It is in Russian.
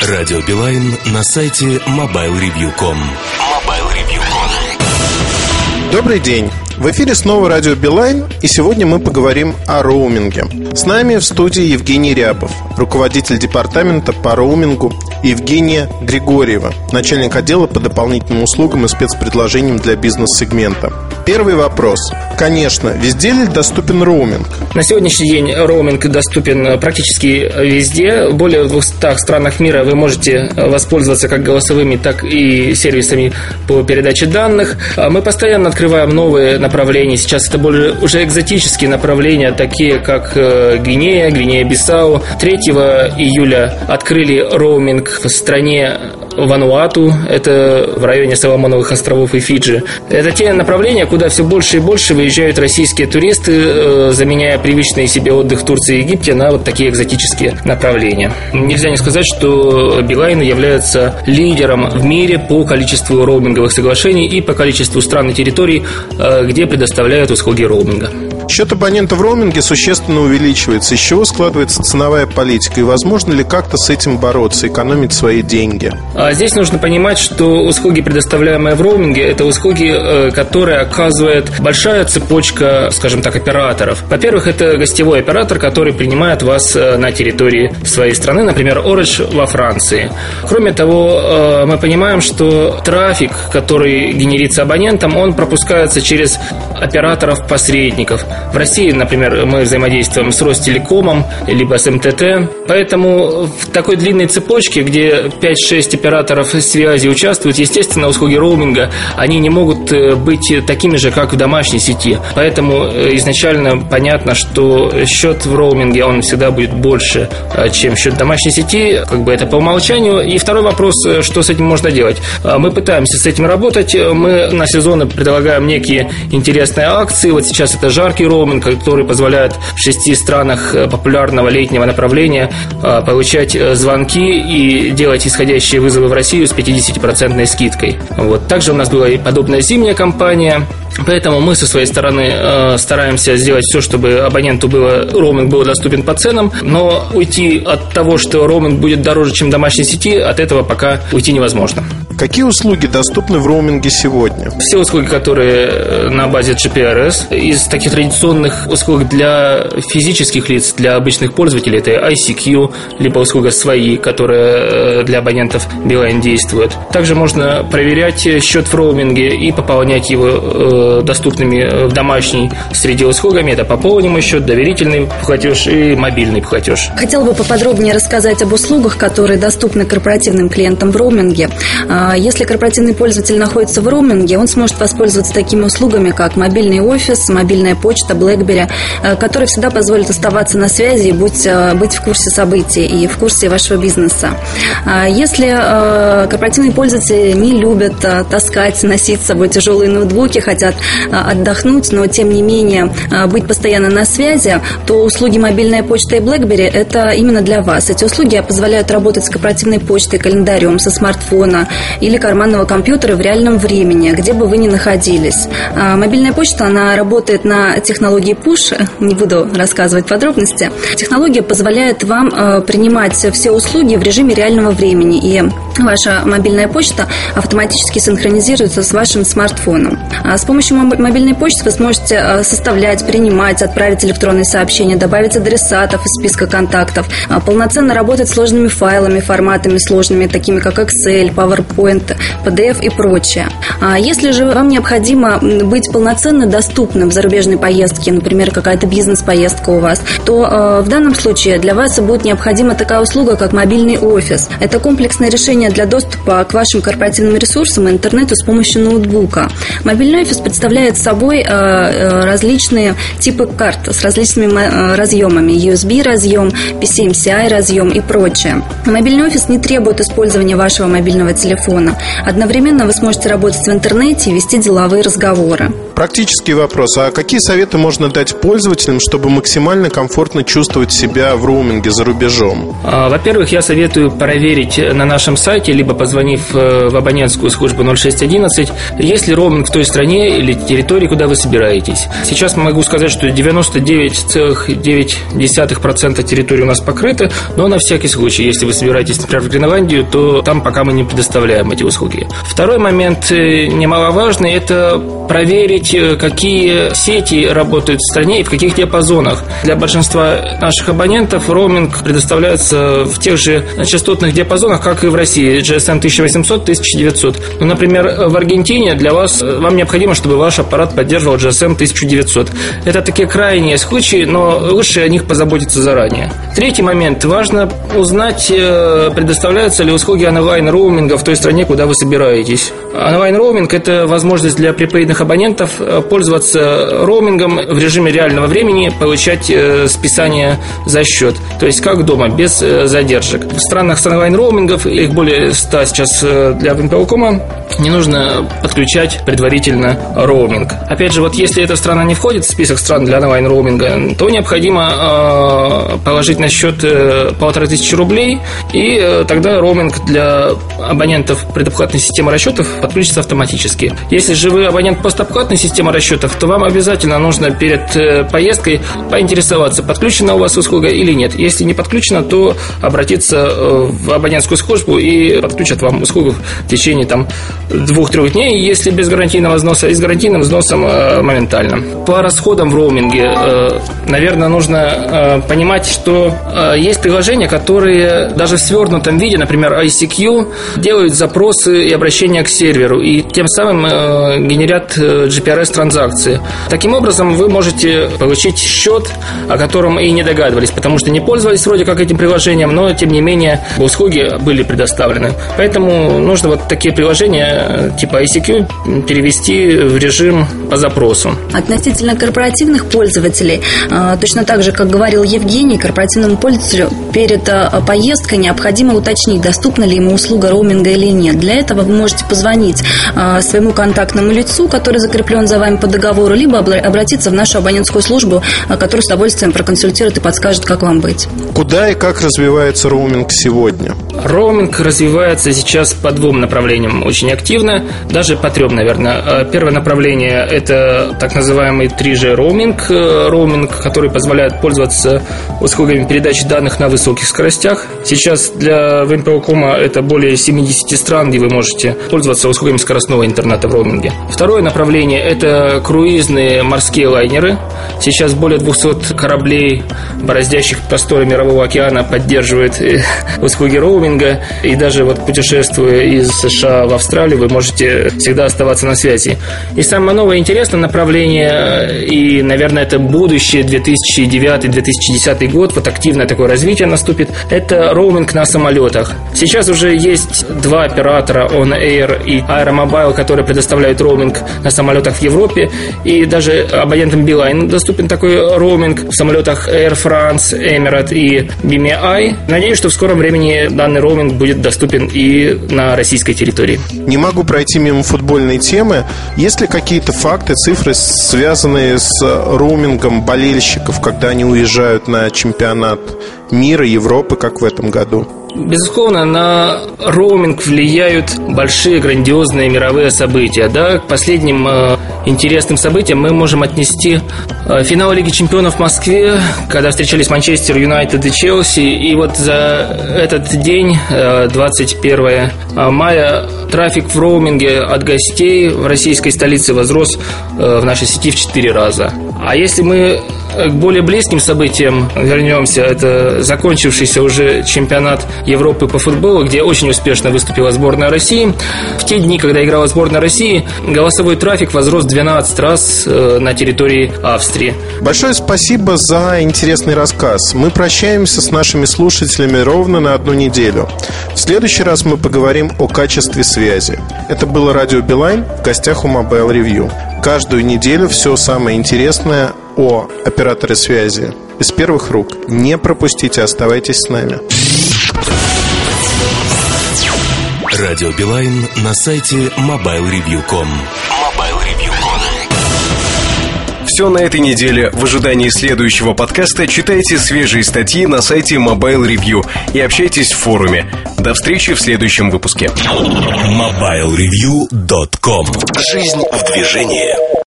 Радио Билайн на сайте mobilereview.com. Добрый день. В эфире снова Радио Билайн, и сегодня мы поговорим о роуминге. С нами в студии Евгений Рябов, руководитель департамента по роумингу, и Евгения Григорьева, начальник отдела по дополнительным услугам и спецпредложениям для бизнес-сегмента. Первый вопрос. Конечно, везде ли доступен роуминг? На сегодняшний день роуминг доступен практически везде. В более 200 странах мира вы можете воспользоваться как голосовыми, так и сервисами по передаче данных. Мы постоянно открываем новые направления. Сейчас это более уже экзотические направления, такие как Гвинея, Гвинея-Бисау. 3 июля открыли роуминг в стране Вануату, это в районе Соломоновых островов и Фиджи. Это те направления, куда все больше и больше выезжают российские туристы, заменяя привычный себе отдых в Турции и Египте на вот такие экзотические направления. Нельзя не сказать, что Билайн является лидером в мире по количеству роуминговых соглашений и по количеству стран и территорий, где предоставляют услуги роуминга. Счет абонента в роуминге существенно увеличивается. Из чего складывается ценовая политика? И возможно ли как-то с этим бороться, экономить свои деньги? Здесь нужно понимать, что услуги, предоставляемые в роуминге, это услуги, которые оказывает большая цепочка, скажем так, операторов. Во-первых, это гостевой оператор, который принимает вас на территории своей страны, например, Orange во Франции. Кроме того, мы понимаем, что трафик, который генерится абонентом, он пропускается через операторов-посредников. В России, например, мы взаимодействуем с Ростелекомом, либо с МТТ. Поэтому в такой длинной цепочке, где 5-6 операторов связи участвуют, естественно, услуги роуминга, они не могут быть такими же, как в домашней сети. Поэтому изначально понятно, что счет в роуминге, он всегда будет больше, чем счет домашней сети. Как бы это по умолчанию. И второй вопрос, что с этим можно делать? Мы пытаемся с этим работать. Мы на сезоны предлагаем некие интересные акции. Вот сейчас это жаркий роуминг, который позволяет в 6 странах популярного летнего направления получать звонки и делать исходящие вызовы в Россию с 50% скидкой. Вот. Также у нас была и подобная зимняя кампания. Поэтому мы со своей стороны стараемся сделать все, чтобы абоненту роуминг был доступен по ценам, но уйти от того, что роуминг будет дороже, чем в домашней сети, от этого пока уйти невозможно. Какие услуги доступны в роуминге сегодня? Все услуги, которые на базе GPRS. Из таких традиционных услуг для физических лиц, для обычных пользователей, это ICQ, либо услуга «Свои», которая для абонентов Билайн действует. Также можно проверять счет в роуминге и пополнять его доступными в домашней среде услугами. Это пополнимый счет, доверительный платеж и мобильный платеж. Хотела бы поподробнее рассказать об услугах, которые доступны корпоративным клиентам в роуминге. Если корпоративный пользователь находится в роуминге, он сможет воспользоваться такими услугами, как мобильный офис, мобильная почта, BlackBerry, которые всегда позволят оставаться на связи и быть в курсе событий и в курсе вашего бизнеса. Если корпоративные пользователи не любят таскать, носить с собой тяжелые ноутбуки, хотят отдохнуть, но тем не менее быть постоянно на связи, то услуги мобильная почта и BlackBerry – это именно для вас. Эти услуги позволяют работать с корпоративной почтой, календарем, со смартфона или карманного компьютера в реальном времени, где бы вы ни находились. Мобильная почта, она работает на технологии Push, не буду рассказывать подробности. Технология позволяет вам принимать все услуги в режиме реального времени, и ваша мобильная почта автоматически синхронизируется с вашим смартфоном. С помощью мобильной почты вы сможете составлять, принимать, отправить электронные сообщения, добавить адресатов из списка контактов, полноценно работать с сложными файлами, форматами сложными, такими как Excel, PowerPoint, PDF и прочее. Если же вам необходимо быть полноценно доступным в зарубежной поездке, например, какая-то бизнес-поездка у вас, то в данном случае для вас будет необходима такая услуга, как мобильный офис. Это комплексное решение для доступа к вашим корпоративным ресурсам и интернету с помощью ноутбука. Мобильный офис представляет собой различные типы карт с различными разъемами. USB-разъем, PCMCI-разъем и прочее. Мобильный офис не требует использования вашего мобильного телефона. телефона. Одновременно вы сможете работать в интернете и вести деловые разговоры. Практический вопрос. А какие советы можно дать пользователям, чтобы максимально комфортно чувствовать себя в роуминге за рубежом? Во-первых, я советую проверить на нашем сайте, либо позвонив в абонентскую службу 0611, есть ли роуминг в той стране или территории, куда вы собираетесь. Сейчас могу сказать, что 99,9% территории у нас покрыто, но на всякий случай, если вы собираетесь, например, в Гренландию, то там пока мы не предоставляем эти услуги. Второй момент немаловажный – это проверить, какие сети работают в стране и в каких диапазонах. Для большинства наших абонентов роуминг предоставляется в тех же частотных диапазонах, как и в России, GSM 1800-1900. Ну, например, в Аргентине вам необходимо, чтобы ваш аппарат поддерживал GSM 1900. Это такие крайние случаи, но лучше о них позаботиться заранее. Третий момент. Важно узнать, предоставляются ли услуги онлайн-роуминга в той стране, куда вы собираетесь. Онлайн-роуминг – это возможность для припейдных абонентов пользоваться роумингом в режиме реального времени, получать списание за счет. То есть как дома, без задержек. В странах с онлайн-роумингов, их более 100 сейчас для ВМПОКома, не нужно подключать предварительно роуминг. Опять же, вот если эта страна не входит в список стран для онлайн-роуминга, то необходимо положить на счет 1500 рублей, и тогда роуминг для абонентов предоплатной системы расчетов подключится автоматически. Если же вы абонент постоплатной системы расчетов, то вам обязательно нужно перед поездкой поинтересоваться, подключена у вас услуга или нет. Если не подключена, то обратиться в абонентскую службу и подключат вам услугу в течение 2-3 дней, если без гарантийного взноса, и с гарантийным взносом моментально. По расходам в роуминге, наверное, нужно понимать, что есть приложения, которые даже в свернутом виде, например, ICQ, делают запросы и обращения к серверу, и тем самым генерят GPRS-транзакции. Таким образом, вы можете получить счет, о котором и не догадывались, потому что не пользовались вроде как этим приложением, но, тем не менее, услуги были предоставлены. Поэтому нужно вот такие приложения типа ICQ перевести в режим по запросу. Относительно корпоративных пользователей, точно так же, как говорил Евгений, корпоративному пользователю перед поездкой необходимо уточнить, доступна ли ему услуга роуминга или нет. Для этого вы можете позвонить своему контактному лицу, который закреплен за вами по договору, либо обратиться в нашу абонентскую службу, которая с удовольствием проконсультирует и подскажет, как вам быть. Куда и как развивается роуминг сегодня? Роуминг развивается сейчас по 2 направлениям очень активно, даже по 3, наверное. Первое направление – это так называемый 3G роуминг, который позволяет пользоваться услугами передачи данных на высоких скоростях. Сейчас для ВМПОКома это более 70 стран, где вы можете пользоваться услугами скоростного интернета в роуминге. Второе направление – это круизные морские лайнеры. Сейчас более 200 кораблей, бороздящих просторы Мирового океана, поддерживают услуги роуминга. И даже вот путешествуя из США в Австралию, вы можете всегда оставаться на связи. И самое новое интересное направление, и, наверное, это будущее, 2009-2010 год, вот активное такое развитие наступит, это роуминг на самолетах. Сейчас уже есть 2 оператора, On Air и Aeromobile, которые предоставляют роуминг на самолетах в Европе, и даже абонентам Beeline доступен такой роуминг в самолетах Air France, Emirates и BMI. Надеюсь, что в скором времени данный роуминг будет доступен и на российской территории. Не могу пройти мимо футбольной темы. Есть ли какие-то факты, цифры, связанные с роумингом болельщиков, когда они уезжают на чемпионат мира, Европы, как в этом году? Безусловно, на роуминг влияют большие, грандиозные мировые события. Да? К последним интересным событиям мы можем отнести финал Лиги Чемпионов в Москве, когда встречались Манчестер Юнайтед и Челси. И вот за этот день, 21 мая, трафик в роуминге от гостей в российской столице возрос в нашей сети в 4 раза. А если мы к более близким событиям вернемся, это закончившийся уже чемпионат Европы по футболу, где очень успешно выступила сборная России. В те дни, когда играла сборная России, голосовой трафик возрос 12 раз на территории Австрии. Большое спасибо за интересный рассказ. Мы прощаемся с нашими слушателями ровно на 1 неделю. В следующий раз мы поговорим о качестве связи. Это было радио Билайн, в гостях у Mobile Review. Каждую неделю все самое интересное о операторе связи из первых рук. Не пропустите, оставайтесь с нами. Радио Билайн на сайте mobilereview.com. Все на этой неделе. В ожидании следующего подкаста читайте свежие статьи на сайте Mobile Review и общайтесь в форуме. До встречи в следующем выпуске. mobilereview.com. Жизнь в движении.